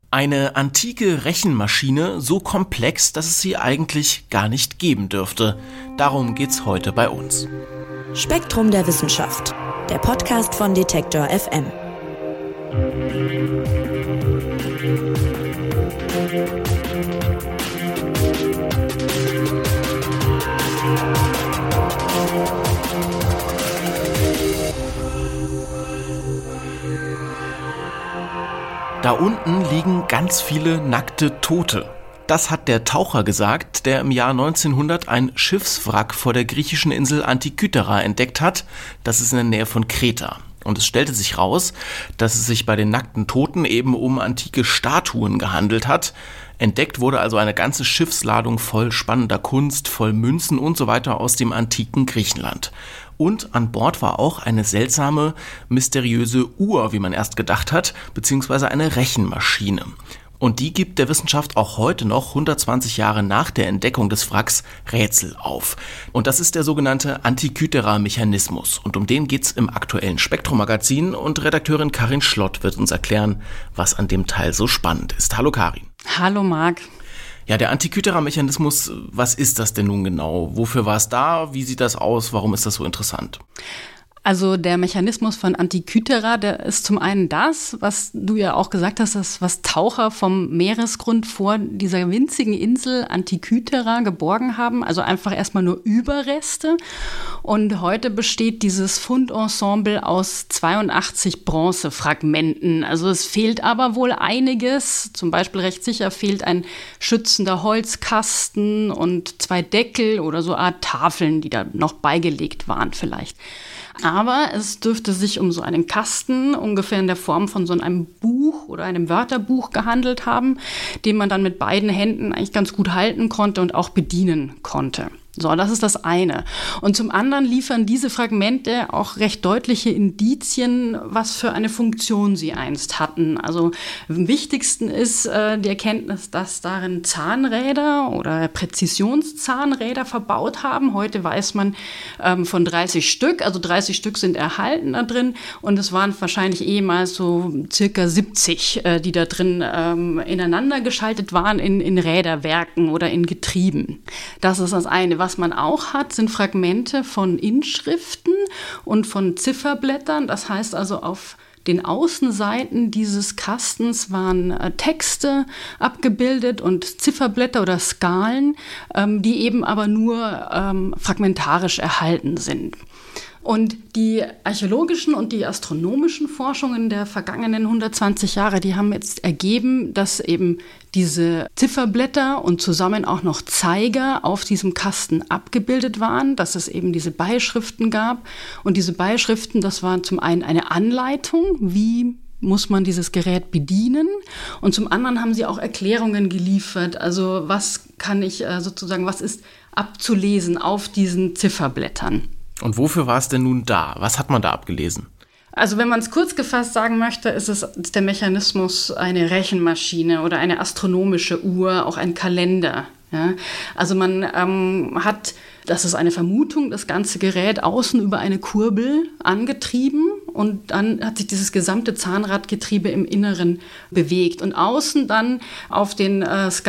Eine antike Rechenmaschine, so komplex, dass es sie eigentlich gar nicht geben dürfte. Darum geht's heute bei uns. Spektrum der Wissenschaft, der Podcast von Detektor FM. Da unten liegen ganz viele nackte Tote. Das hat der Taucher gesagt, der im Jahr 1900 ein Schiffswrack vor der griechischen Insel Antikythera entdeckt hat. Das ist in der Nähe von Kreta. Und es stellte sich raus, dass es sich bei den nackten Toten eben um antike Statuen gehandelt hat. Entdeckt wurde also eine ganze Schiffsladung voll spannender Kunst, voll Münzen und so weiter aus dem antiken Griechenland. Und an Bord war auch eine seltsame, mysteriöse Uhr, wie man erst gedacht hat, beziehungsweise eine Rechenmaschine. Und die gibt der Wissenschaft auch heute noch, 120 Jahre nach der Entdeckung des Wracks, Rätsel auf. Und das ist der sogenannte Antikythera-Mechanismus. Und um den geht's im aktuellen Spektrum-Magazin. Und Redakteurin Karin Schlott wird uns erklären, was an dem Teil so spannend ist. Hallo Karin. Hallo Marc. Ja, der Antikythera-Mechanismus, was ist das denn nun genau? Wofür war es da? Wie sieht das aus? Warum ist das so interessant? Also der Mechanismus von Antikythera, der ist zum einen das, was du ja auch gesagt hast, das, was Taucher vom Meeresgrund vor dieser winzigen Insel Antikythera geborgen haben, also einfach erstmal nur Überreste. Und heute besteht dieses Fundensemble aus 82 Bronzefragmenten. Also es fehlt aber wohl einiges, zum Beispiel recht sicher fehlt ein schützender Holzkasten und 2 Deckel oder so Art Tafeln, die da noch beigelegt waren vielleicht. Aber es dürfte sich um so einen Kasten ungefähr in der Form von so einem Buch oder einem Wörterbuch gehandelt haben, den man dann mit beiden Händen eigentlich ganz gut halten konnte und auch bedienen konnte. So, das ist das eine. Und zum anderen liefern diese Fragmente auch recht deutliche Indizien, was für eine Funktion sie einst hatten. Also am wichtigsten ist die Erkenntnis, dass darin Zahnräder oder Präzisionszahnräder verbaut haben. Heute weiß man von 30 Stück, also 30 Stück sind erhalten da drin. Und es waren wahrscheinlich ehemals so circa 70, die da drin ineinander geschaltet waren in Räderwerken oder in Getrieben. Das ist das eine. Was man auch hat, sind Fragmente von Inschriften und von Zifferblättern. Das heißt also, auf den Außenseiten dieses Kastens waren Texte abgebildet und Zifferblätter oder Skalen, die eben aber nur fragmentarisch erhalten sind. Und die archäologischen und die astronomischen Forschungen der vergangenen 120 Jahre, die haben jetzt ergeben, dass eben diese Zifferblätter und zusammen auch noch Zeiger auf diesem Kasten abgebildet waren, dass es eben diese Beischriften gab. Und diese Beischriften, das war zum einen eine Anleitung, wie muss man dieses Gerät bedienen? Und zum anderen haben sie auch Erklärungen geliefert. Also was kann ich sozusagen, was ist abzulesen auf diesen Zifferblättern? Und wofür war es denn nun da? Was hat man da abgelesen? Also wenn man es kurz gefasst sagen möchte, ist der Mechanismus eine Rechenmaschine oder eine astronomische Uhr, auch ein Kalender. Ja? Also man hat, das ist eine Vermutung, das ganze Gerät außen über eine Kurbel angetrieben und dann hat sich dieses gesamte Zahnradgetriebe im Inneren bewegt. Und außen dann auf den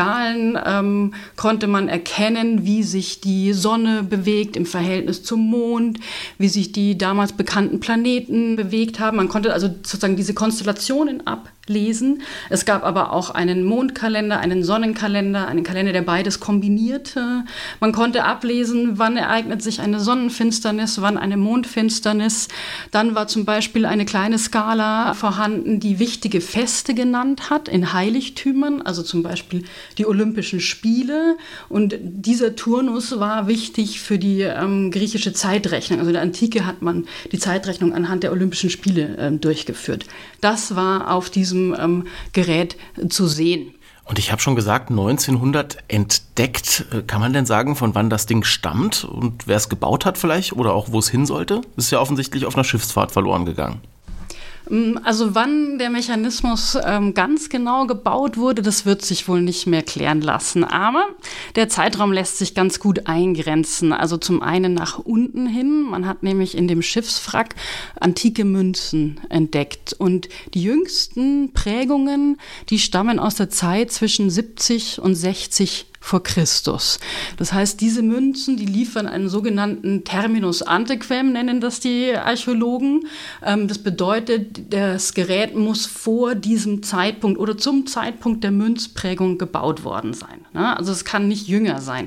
Skalen konnte man erkennen, wie sich die Sonne bewegt im Verhältnis zum Mond, wie sich die damals bekannten Planeten bewegt haben. Man konnte also sozusagen diese Konstellationen ablesen. Es gab aber auch einen Mondkalender, einen Sonnenkalender, einen Kalender, der beides kombinierte. Man konnte ablesen, wann ereignet sich eine Sonnenfinsternis, wann eine Mondfinsternis. Dann war zum Beispiel eine kleine Skala vorhanden, die wichtige Feste genannt hat in Heiligtümern, also zum Beispiel die Olympischen Spiele. Und dieser Turnus war wichtig für die griechische Zeitrechnung. Also in der Antike hat man die Zeitrechnung anhand der Olympischen Spiele durchgeführt. Das war auf diesem Gerät zu sehen. Und ich habe schon gesagt, 1900 entdeckt. Kann man denn sagen, von wann das Ding stammt und wer es gebaut hat vielleicht oder auch wo es hin sollte? Ist ja offensichtlich auf einer Schiffsfahrt verloren gegangen. Also wann der Mechanismus ganz genau gebaut wurde, das wird sich wohl nicht mehr klären lassen. Aber der Zeitraum lässt sich ganz gut eingrenzen. Also zum einen nach unten hin. Man hat nämlich in dem Schiffswrack antike Münzen entdeckt. Und die jüngsten Prägungen, die stammen aus der Zeit zwischen 70 und 60 vor Christus. Das heißt, diese Münzen, die liefern einen sogenannten Terminus antequem, nennen das die Archäologen. Das bedeutet, das Gerät muss vor diesem Zeitpunkt oder zum Zeitpunkt der Münzprägung gebaut worden sein. Also es kann nicht jünger sein.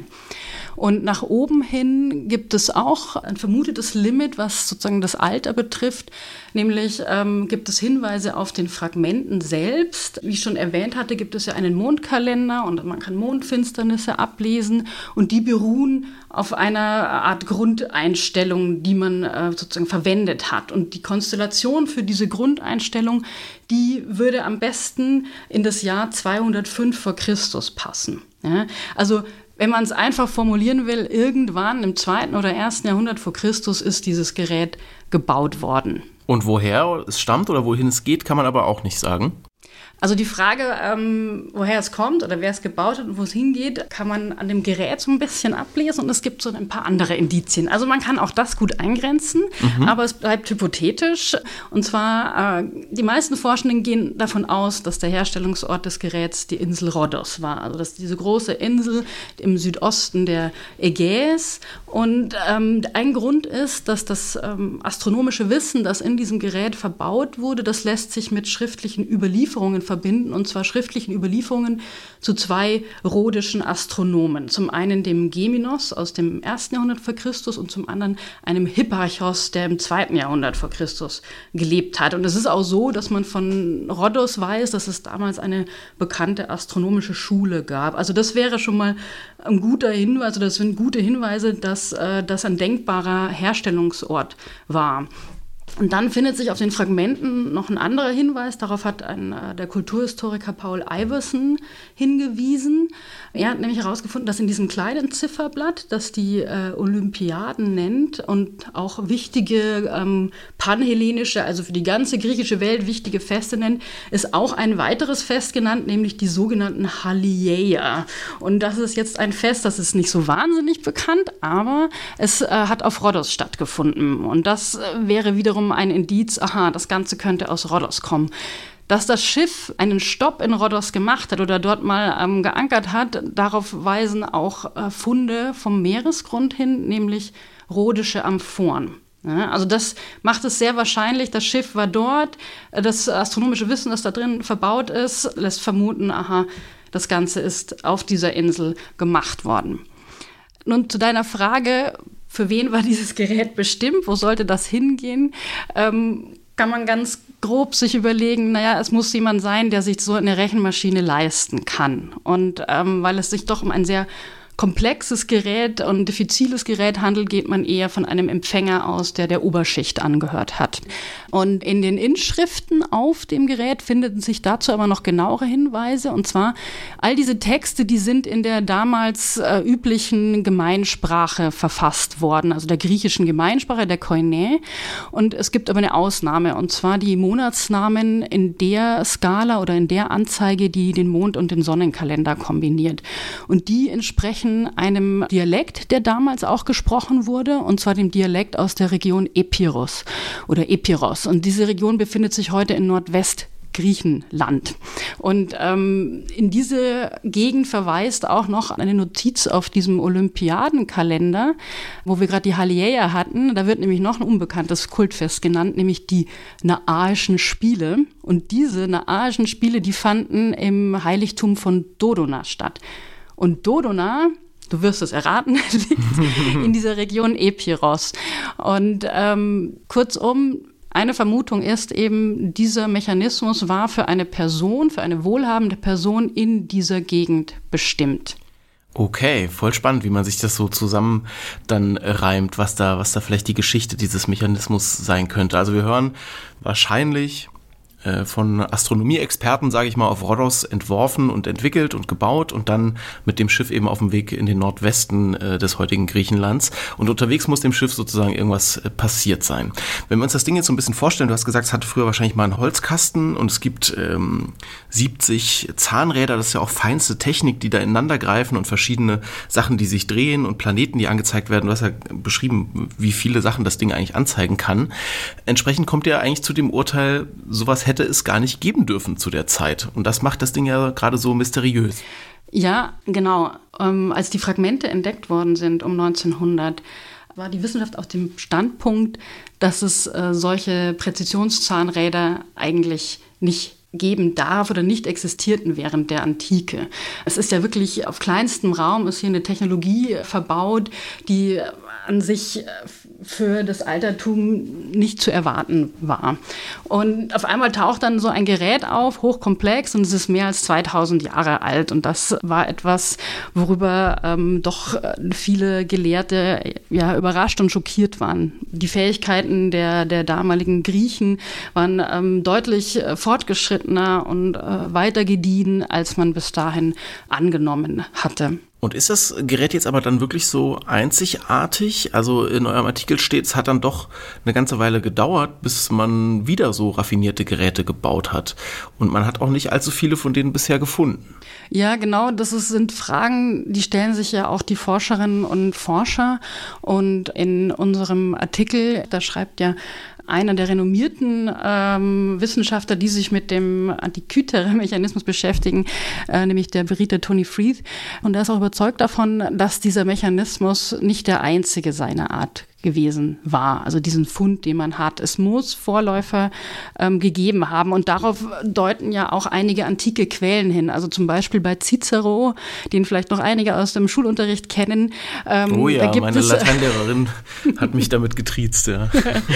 Und nach oben hin gibt es auch ein vermutetes Limit, was sozusagen das Alter betrifft. Nämlich gibt es Hinweise auf den Fragmenten selbst. Wie ich schon erwähnt hatte, gibt es ja einen Mondkalender und man kann Mondfinsternisse ablesen. Und die beruhen auf einer Art Grundeinstellung, die man sozusagen verwendet hat. Und die Konstellation für diese Grundeinstellung, die würde am besten in das Jahr 205 vor Christus passen. Ja? Also wenn man es einfach formulieren will, irgendwann im 2. oder 1. Jahrhundert vor Christus ist dieses Gerät gebaut worden. Und woher es stammt oder wohin es geht, kann man aber auch nicht sagen. Also die Frage, woher es kommt oder wer es gebaut hat und wo es hingeht, kann man an dem Gerät so ein bisschen ablesen und es gibt so ein paar andere Indizien. Also man kann auch das gut eingrenzen, aber es bleibt hypothetisch. Und zwar, die meisten Forschenden gehen davon aus, dass der Herstellungsort des Geräts die Insel Rhodos war. Also dass diese große Insel im Südosten der Ägäis. Und ein Grund ist, dass das astronomische Wissen, das in diesem Gerät verbaut wurde, das lässt sich mit schriftlichen Überlieferungen verbinden, und zwar schriftlichen Überlieferungen zu 2 rhodischen Astronomen. Zum einen dem Geminos aus dem 1. Jahrhundert vor Christus und zum anderen einem Hipparchos, der im 2. Jahrhundert vor Christus gelebt hat. Und es ist auch so, dass man von Rhodos weiß, dass es damals eine bekannte astronomische Schule gab. Also das wäre schon mal ein guter Hinweis, also das sind gute Hinweise, dass das ein denkbarer Herstellungsort war. Und dann findet sich auf den Fragmenten noch ein anderer Hinweis. Darauf hat der Kulturhistoriker Paul Iverson hingewiesen. Er hat nämlich herausgefunden, dass in diesem kleinen Zifferblatt, das die Olympiaden nennt und auch wichtige panhellenische, also für die ganze griechische Welt wichtige Feste nennt, ist auch ein weiteres Fest genannt, nämlich die sogenannten Halieia. Und das ist jetzt ein Fest, das ist nicht so wahnsinnig bekannt, aber es hat auf Rhodos stattgefunden. Und das wäre wiederum ein Indiz, aha, das Ganze könnte aus Rhodos kommen. Dass das Schiff einen Stopp in Rhodos gemacht hat oder dort mal geankert hat, darauf weisen auch Funde vom Meeresgrund hin, nämlich rhodische Amphoren. Ja, also das macht es sehr wahrscheinlich, das Schiff war dort, das astronomische Wissen, das da drin verbaut ist, lässt vermuten, aha, das Ganze ist auf dieser Insel gemacht worden. Nun zu deiner Frage, für wen war dieses Gerät bestimmt, wo sollte das hingehen, kann man ganz grob sich überlegen, naja, es muss jemand sein, der sich so eine Rechenmaschine leisten kann. Und weil es sich doch um ein sehr komplexes Gerät und diffiziles Gerät handelt, geht man eher von einem Empfänger aus, der Oberschicht angehört hat. Und in den Inschriften auf dem Gerät finden sich dazu aber noch genauere Hinweise. Und zwar, all diese Texte, die sind in der damals üblichen Gemeinsprache verfasst worden, also der griechischen Gemeinsprache, der Koine. Und es gibt aber eine Ausnahme, und zwar die Monatsnamen in der Skala oder in der Anzeige, die den Mond- und den Sonnenkalender kombiniert. Und die entsprechen einem Dialekt, der damals auch gesprochen wurde, und zwar dem Dialekt aus der Region Epirus oder Epiros. Und diese Region befindet sich heute in Nordwestgriechenland. Und in diese Gegend verweist auch noch eine Notiz auf diesem Olympiadenkalender, wo wir gerade die Halieia hatten. Da wird nämlich noch ein unbekanntes Kultfest genannt, nämlich die Naarischen Spiele. Und diese Naarischen Spiele, die fanden im Heiligtum von Dodona statt. Und Dodona, du wirst es erraten, liegt in dieser Region Epiros. Und kurzum, eine Vermutung ist eben, dieser Mechanismus war für eine Person, für eine wohlhabende Person in dieser Gegend bestimmt. Okay, voll spannend, wie man sich das so zusammen dann reimt, was da vielleicht die Geschichte dieses Mechanismus sein könnte. Also wir hören wahrscheinlich von Astronomieexperten, sage ich mal, auf Rhodos entworfen und entwickelt und gebaut und dann mit dem Schiff eben auf dem Weg in den Nordwesten des heutigen Griechenlands. Und unterwegs muss dem Schiff sozusagen irgendwas passiert sein. Wenn wir uns das Ding jetzt so ein bisschen vorstellen, du hast gesagt, es hatte früher wahrscheinlich mal einen Holzkasten und es gibt 70 Zahnräder, das ist ja auch feinste Technik, die da ineinander greifen und verschiedene Sachen, die sich drehen und Planeten, die angezeigt werden. Du hast ja beschrieben, wie viele Sachen das Ding eigentlich anzeigen kann. Entsprechend kommt ihr eigentlich zu dem Urteil, sowas hätte es gar nicht geben dürfen zu der Zeit. Und das macht das Ding ja gerade so mysteriös. Ja, genau. Als die Fragmente entdeckt worden sind um 1900, war die Wissenschaft auf dem Standpunkt, dass es solche Präzisionszahnräder eigentlich nicht geben darf oder nicht existierten während der Antike. Es ist ja wirklich auf kleinstem Raum ist hier eine Technologie verbaut, die an sich für das Altertum nicht zu erwarten war. Und auf einmal taucht dann so ein Gerät auf, hochkomplex, und es ist mehr als 2000 Jahre alt. Und das war etwas, worüber doch viele Gelehrte ja überrascht und schockiert waren. Die Fähigkeiten der damaligen Griechen waren deutlich fortgeschrittener und weiter gediehen, als man bis dahin angenommen hatte. Und ist das Gerät jetzt aber dann wirklich so einzigartig? Also in eurem Artikel steht, es hat dann doch eine ganze Weile gedauert, bis man wieder so raffinierte Geräte gebaut hat. Und man hat auch nicht allzu viele von denen bisher gefunden. Ja, genau. Sind Fragen, die stellen sich ja auch die Forscherinnen und Forscher. Und in unserem Artikel, da schreibt ja einer der renommierten Wissenschaftler, die sich mit dem Antikythera-Mechanismus beschäftigen, nämlich der Brite Tony Freeth. Und er ist auch überzeugt davon, dass dieser Mechanismus nicht der einzige seiner Art gewesen war, also diesen Fund, den man hat. Es muss Vorläufer gegeben haben und darauf deuten ja auch einige antike Quellen hin, also zum Beispiel bei Cicero, den vielleicht noch einige aus dem Schulunterricht kennen. Oh ja, meine Lateinlehrerin hat mich damit getriezt, ja.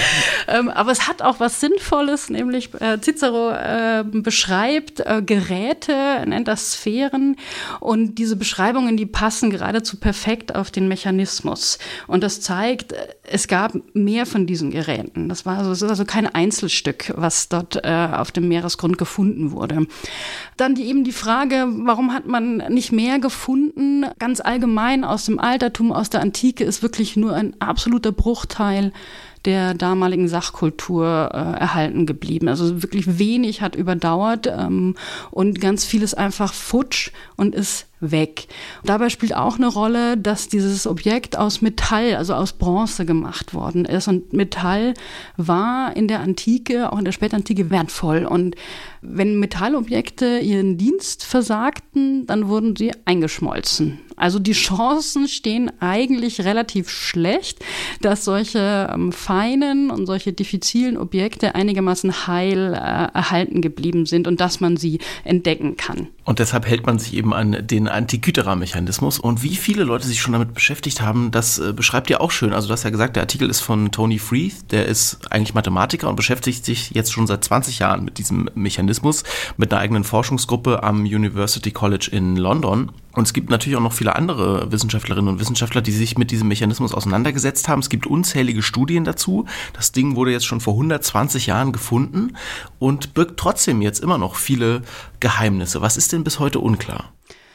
Aber es hat auch was Sinnvolles, nämlich Cicero beschreibt Geräte, nennt das Sphären, und diese Beschreibungen, die passen geradezu perfekt auf den Mechanismus. Und das zeigt, es gab mehr von diesen Geräten. Das ist also kein Einzelstück, was dort auf dem Meeresgrund gefunden wurde. Dann eben die Frage, warum hat man nicht mehr gefunden? Ganz allgemein aus dem Altertum, aus der Antike ist wirklich nur ein absoluter Bruchteil der damaligen Sachkultur erhalten geblieben. Also wirklich wenig hat überdauert und ganz vieles einfach futsch und ist weg. Dabei spielt auch eine Rolle, dass dieses Objekt aus Metall, also aus Bronze gemacht worden ist. Und Metall war in der Antike, auch in der Spätantike, wertvoll. Und wenn Metallobjekte ihren Dienst versagten, dann wurden sie eingeschmolzen. Also die Chancen stehen eigentlich relativ schlecht, dass solche feinen und solche diffizilen Objekte einigermaßen heil erhalten geblieben sind und dass man sie entdecken kann. Und deshalb hält man sich eben an den Antikythera-Mechanismus. Und wie viele Leute sich schon damit beschäftigt haben, das beschreibt ihr auch schön. Also du hast ja gesagt, der Artikel ist von Tony Freeth, der ist eigentlich Mathematiker und beschäftigt sich jetzt schon seit 20 Jahren mit diesem Mechanismus, mit einer eigenen Forschungsgruppe am University College in London. Und es gibt natürlich auch noch viele andere Wissenschaftlerinnen und Wissenschaftler, die sich mit diesem Mechanismus auseinandergesetzt haben. Es gibt unzählige Studien dazu. Das Ding wurde jetzt schon vor 120 Jahren gefunden und birgt trotzdem jetzt immer noch viele Geheimnisse. Was ist denn bis heute unklar?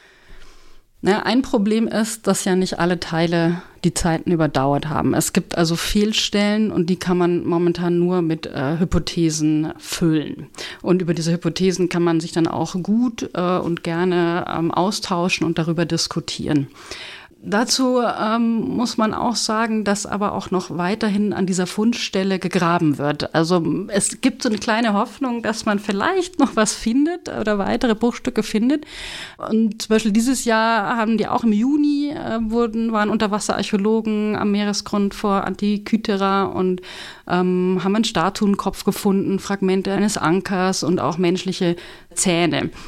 Ein Problem ist, dass ja nicht alle Teile die Zeiten überdauert haben. Es gibt also Fehlstellen und die kann man momentan nur mit Hypothesen füllen. Und über diese Hypothesen kann man sich dann auch gut und gerne austauschen und darüber diskutieren. Dazu muss man auch sagen, dass aber auch noch weiterhin an dieser Fundstelle gegraben wird. Also es gibt so eine kleine Hoffnung, dass man vielleicht noch was findet oder weitere Bruchstücke findet. Und zum Beispiel dieses Jahr haben die auch im Juni waren Unterwasserarchäologen am Meeresgrund vor Antikythera und haben einen Statuenkopf gefunden, Fragmente eines Ankers und auch menschliche Zähne.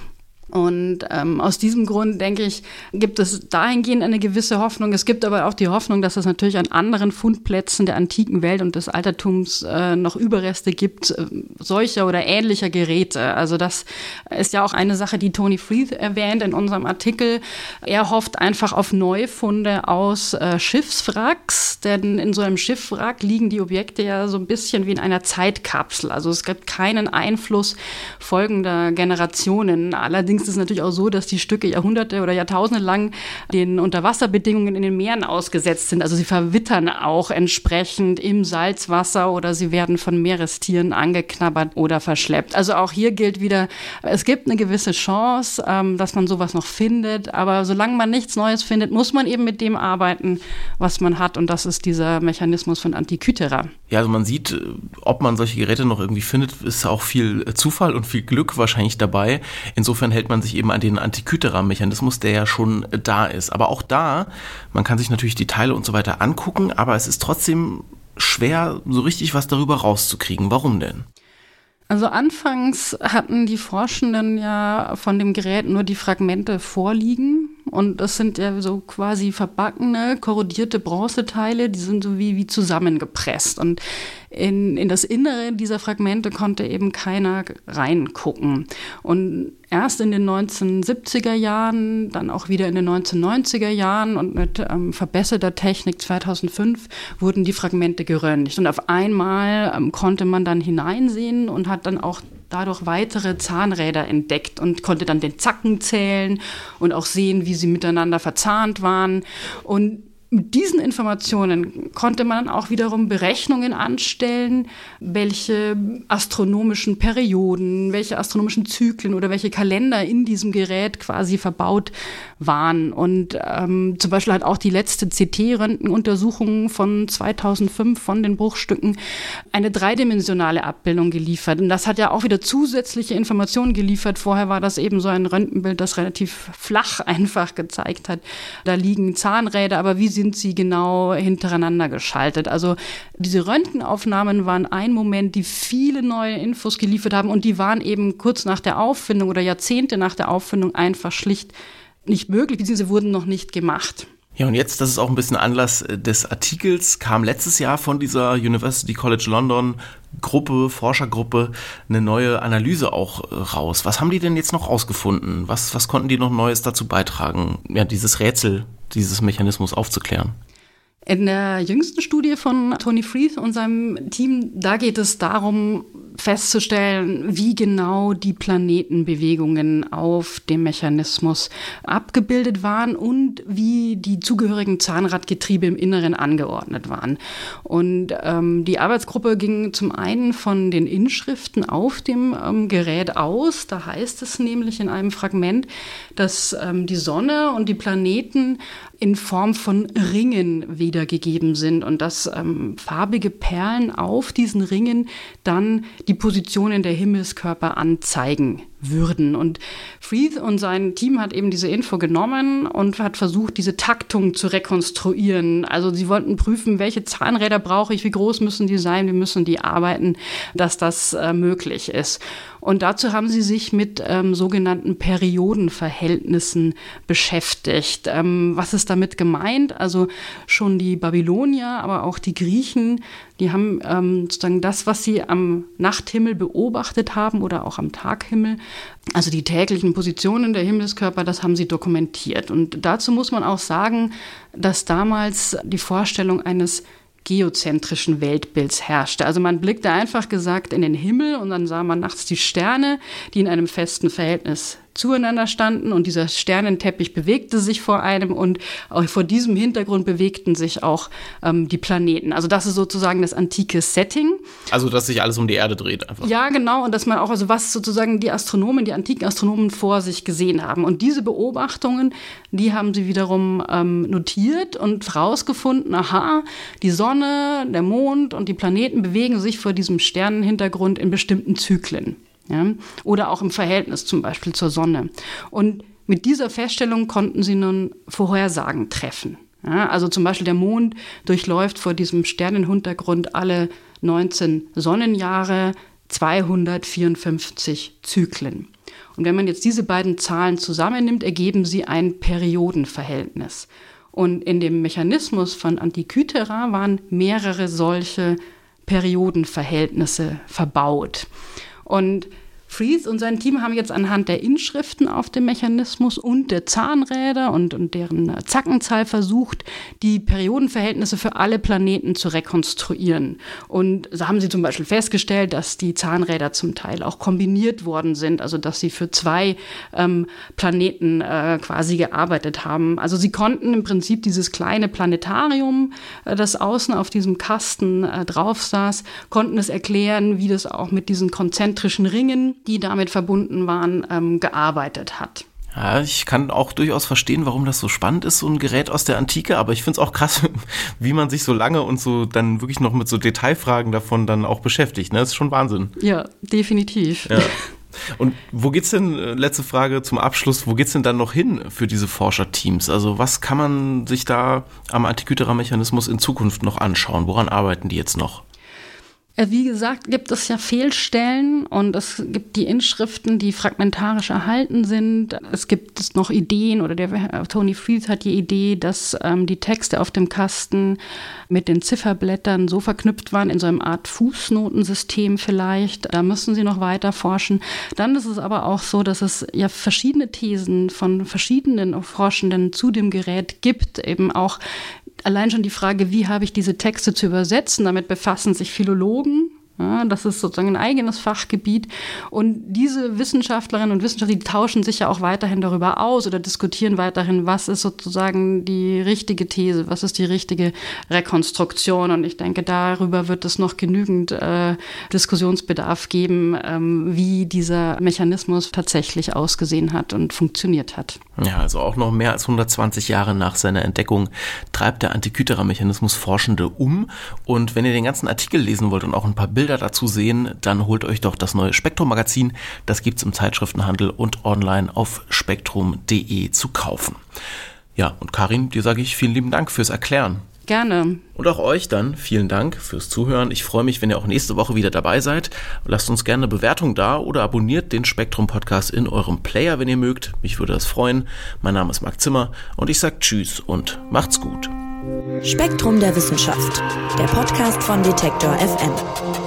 Und aus diesem Grund, denke ich, gibt es dahingehend eine gewisse Hoffnung. Es gibt aber auch die Hoffnung, dass es natürlich an anderen Fundplätzen der antiken Welt und des Altertums noch Überreste gibt, solcher oder ähnlicher Geräte. Also das ist ja auch eine Sache, die Tony Freeth erwähnt in unserem Artikel. Er hofft einfach auf Neufunde aus Schiffswracks, denn in so einem Schiffswrack liegen die Objekte ja so ein bisschen wie in einer Zeitkapsel. Also es gibt keinen Einfluss folgender Generationen. Allerdings ist es natürlich auch so, dass die Stücke Jahrhunderte oder Jahrtausende lang den Unterwasserbedingungen in den Meeren ausgesetzt sind. Also sie verwittern auch entsprechend im Salzwasser oder sie werden von Meerestieren angeknabbert oder verschleppt. Also auch hier gilt wieder, es gibt eine gewisse Chance, dass man sowas noch findet. Aber solange man nichts Neues findet, muss man eben mit dem arbeiten, was man hat. Und das ist dieser Mechanismus von Antikythera. Ja, also man sieht, ob man solche Geräte noch irgendwie findet, ist auch viel Zufall und viel Glück wahrscheinlich dabei. Insofern hält man sich eben an den Antikythera-Mechanismus, der ja schon da ist. Aber auch da, man kann sich natürlich die Teile und so weiter angucken, aber es ist trotzdem schwer, so richtig was darüber rauszukriegen. Warum denn? Also anfangs hatten die Forschenden ja von dem Gerät nur die Fragmente vorliegen. Und das sind ja so quasi verbackene, korrodierte Bronzeteile, die sind so wie zusammengepresst. Und in das Innere dieser Fragmente konnte eben keiner reingucken. Und erst in den 1970er Jahren, dann auch wieder in den 1990er Jahren und mit verbesserter Technik 2005 wurden die Fragmente geröntgt. Und auf einmal konnte man dann hineinsehen und hat dann auch dadurch weitere Zahnräder entdeckt und konnte dann den Zacken zählen und auch sehen, wie sie miteinander verzahnt waren. Und mit diesen Informationen konnte man auch wiederum Berechnungen anstellen, welche astronomischen Perioden, welche astronomischen Zyklen oder welche Kalender in diesem Gerät quasi verbaut waren. Und zum Beispiel hat auch die letzte CT-Röntgenuntersuchung von 2005 von den Bruchstücken eine dreidimensionale Abbildung geliefert. Und das hat ja auch wieder zusätzliche Informationen geliefert. Vorher war das eben so ein Röntgenbild, das relativ flach einfach gezeigt hat. Da liegen Zahnräder, aber wie sind sie genau hintereinander geschaltet? Also diese Röntgenaufnahmen waren ein Moment, die viele neue Infos geliefert haben und die waren eben kurz nach der Auffindung oder Jahrzehnte nach der Auffindung einfach schlicht nicht möglich, beziehungsweise wurden noch nicht gemacht. Ja, und jetzt, das ist auch ein bisschen Anlass des Artikels, kam letztes Jahr von dieser University College London Forschergruppe, eine neue Analyse auch raus. Was haben die denn jetzt noch rausgefunden? Was konnten die noch Neues dazu beitragen, ja, dieses Rätsel, dieses Mechanismus aufzuklären? In der jüngsten Studie von Tony Freeth und seinem Team, da geht es darum, festzustellen, wie genau die Planetenbewegungen auf dem Mechanismus abgebildet waren und wie die zugehörigen Zahnradgetriebe im Inneren angeordnet waren. Und die Arbeitsgruppe ging zum einen von den Inschriften auf dem Gerät aus. Da heißt es nämlich in einem Fragment, dass die Sonne und die Planeten in Form von Ringen wiedergegeben sind und dass farbige Perlen auf diesen Ringen dann die Positionen der Himmelskörper anzeigen würden. Und Freeth und sein Team hat eben diese Info genommen und hat versucht, diese Taktung zu rekonstruieren. Also sie wollten prüfen, welche Zahnräder brauche ich, wie groß müssen die sein, wie müssen die arbeiten, dass das möglich ist. Und dazu haben sie sich mit sogenannten Periodenverhältnissen beschäftigt. Was ist damit gemeint? Also schon die Babylonier, aber auch die Griechen, die haben sozusagen das, was sie am Nachthimmel beobachtet haben oder auch am Taghimmel, also die täglichen Positionen der Himmelskörper, das haben sie dokumentiert. Und dazu muss man auch sagen, dass damals die Vorstellung eines geozentrischen Weltbilds herrschte. Also man blickte einfach gesagt in den Himmel und dann sah man nachts die Sterne, die in einem festen Verhältnis zueinander standen und dieser Sternenteppich bewegte sich vor einem und auch vor diesem Hintergrund bewegten sich auch die Planeten. Also das ist sozusagen das antike Setting. Also dass sich alles um die Erde dreht einfach. Ja, genau. Und dass man auch, also was sozusagen die antiken Astronomen vor sich gesehen haben. Und diese Beobachtungen, die haben sie wiederum notiert und rausgefunden, aha, die Sonne, der Mond und die Planeten bewegen sich vor diesem Sternenhintergrund in bestimmten Zyklen. Ja, oder auch im Verhältnis zum Beispiel zur Sonne. Und mit dieser Feststellung konnten sie nun Vorhersagen treffen. Ja, also zum Beispiel der Mond durchläuft vor diesem Sternenhintergrund alle 19 Sonnenjahre. 254 Zyklen. Und wenn man jetzt diese beiden Zahlen zusammennimmt, ergeben sie ein Periodenverhältnis. Und in dem Mechanismus von Antikythera waren mehrere solche Periodenverhältnisse verbaut. Und Fries und sein Team haben jetzt anhand der Inschriften auf dem Mechanismus und der Zahnräder und deren Zackenzahl versucht, die Periodenverhältnisse für alle Planeten zu rekonstruieren. Und so haben sie zum Beispiel festgestellt, dass die Zahnräder zum Teil auch kombiniert worden sind, also dass sie für 2 Planeten quasi gearbeitet haben. Also sie konnten im Prinzip dieses kleine Planetarium, das außen auf diesem Kasten drauf saß, konnten es erklären, wie das auch mit diesen konzentrischen Ringen, die damit verbunden waren, gearbeitet hat. Ja, ich kann auch durchaus verstehen, warum das so spannend ist, so ein Gerät aus der Antike, aber ich finde es auch krass, wie man sich so lange und so dann wirklich noch mit so Detailfragen davon dann auch beschäftigt. Ne? Das ist schon Wahnsinn. Ja, definitiv. Ja. Und wo geht's denn, letzte Frage zum Abschluss, wo geht's denn dann noch hin für diese Forscherteams? Also was kann man sich da am Antikythera-Mechanismus in Zukunft noch anschauen? Woran arbeiten die jetzt noch? Wie gesagt, gibt es ja Fehlstellen und es gibt die Inschriften, die fragmentarisch erhalten sind. Es gibt noch Ideen, oder der Tony Fries hat die Idee, dass die Texte auf dem Kasten mit den Zifferblättern so verknüpft waren, in so einer Art Fußnotensystem vielleicht. Da müssen sie noch weiter forschen. Dann ist es aber auch so, dass es ja verschiedene Thesen von verschiedenen Forschenden zu dem Gerät gibt, eben auch allein schon die Frage, wie habe ich diese Texte zu übersetzen, damit befassen sich Philologen. Ja, das ist sozusagen ein eigenes Fachgebiet. Und diese Wissenschaftlerinnen und Wissenschaftler, die tauschen sich ja auch weiterhin darüber aus oder diskutieren weiterhin, was ist sozusagen die richtige These, was ist die richtige Rekonstruktion. Und ich denke, darüber wird es noch genügend Diskussionsbedarf geben, wie dieser Mechanismus tatsächlich ausgesehen hat und funktioniert hat. Ja, also auch noch mehr als 120 Jahre nach seiner Entdeckung treibt der Antikythera-Mechanismus Forschende um. Und wenn ihr den ganzen Artikel lesen wollt und auch ein paar Bilder dazu sehen, dann holt euch doch das neue Spektrum-Magazin. Das gibt's im Zeitschriftenhandel und online auf spektrum.de zu kaufen. Ja, und Karin, dir sage ich vielen lieben Dank fürs Erklären. Gerne. Und auch euch dann vielen Dank fürs Zuhören. Ich freue mich, wenn ihr auch nächste Woche wieder dabei seid. Lasst uns gerne eine Bewertung da oder abonniert den Spektrum-Podcast in eurem Player, wenn ihr mögt. Mich würde das freuen. Mein Name ist Marc Zimmer und ich sage Tschüss und macht's gut. Spektrum der Wissenschaft, der Podcast von Detektor FM.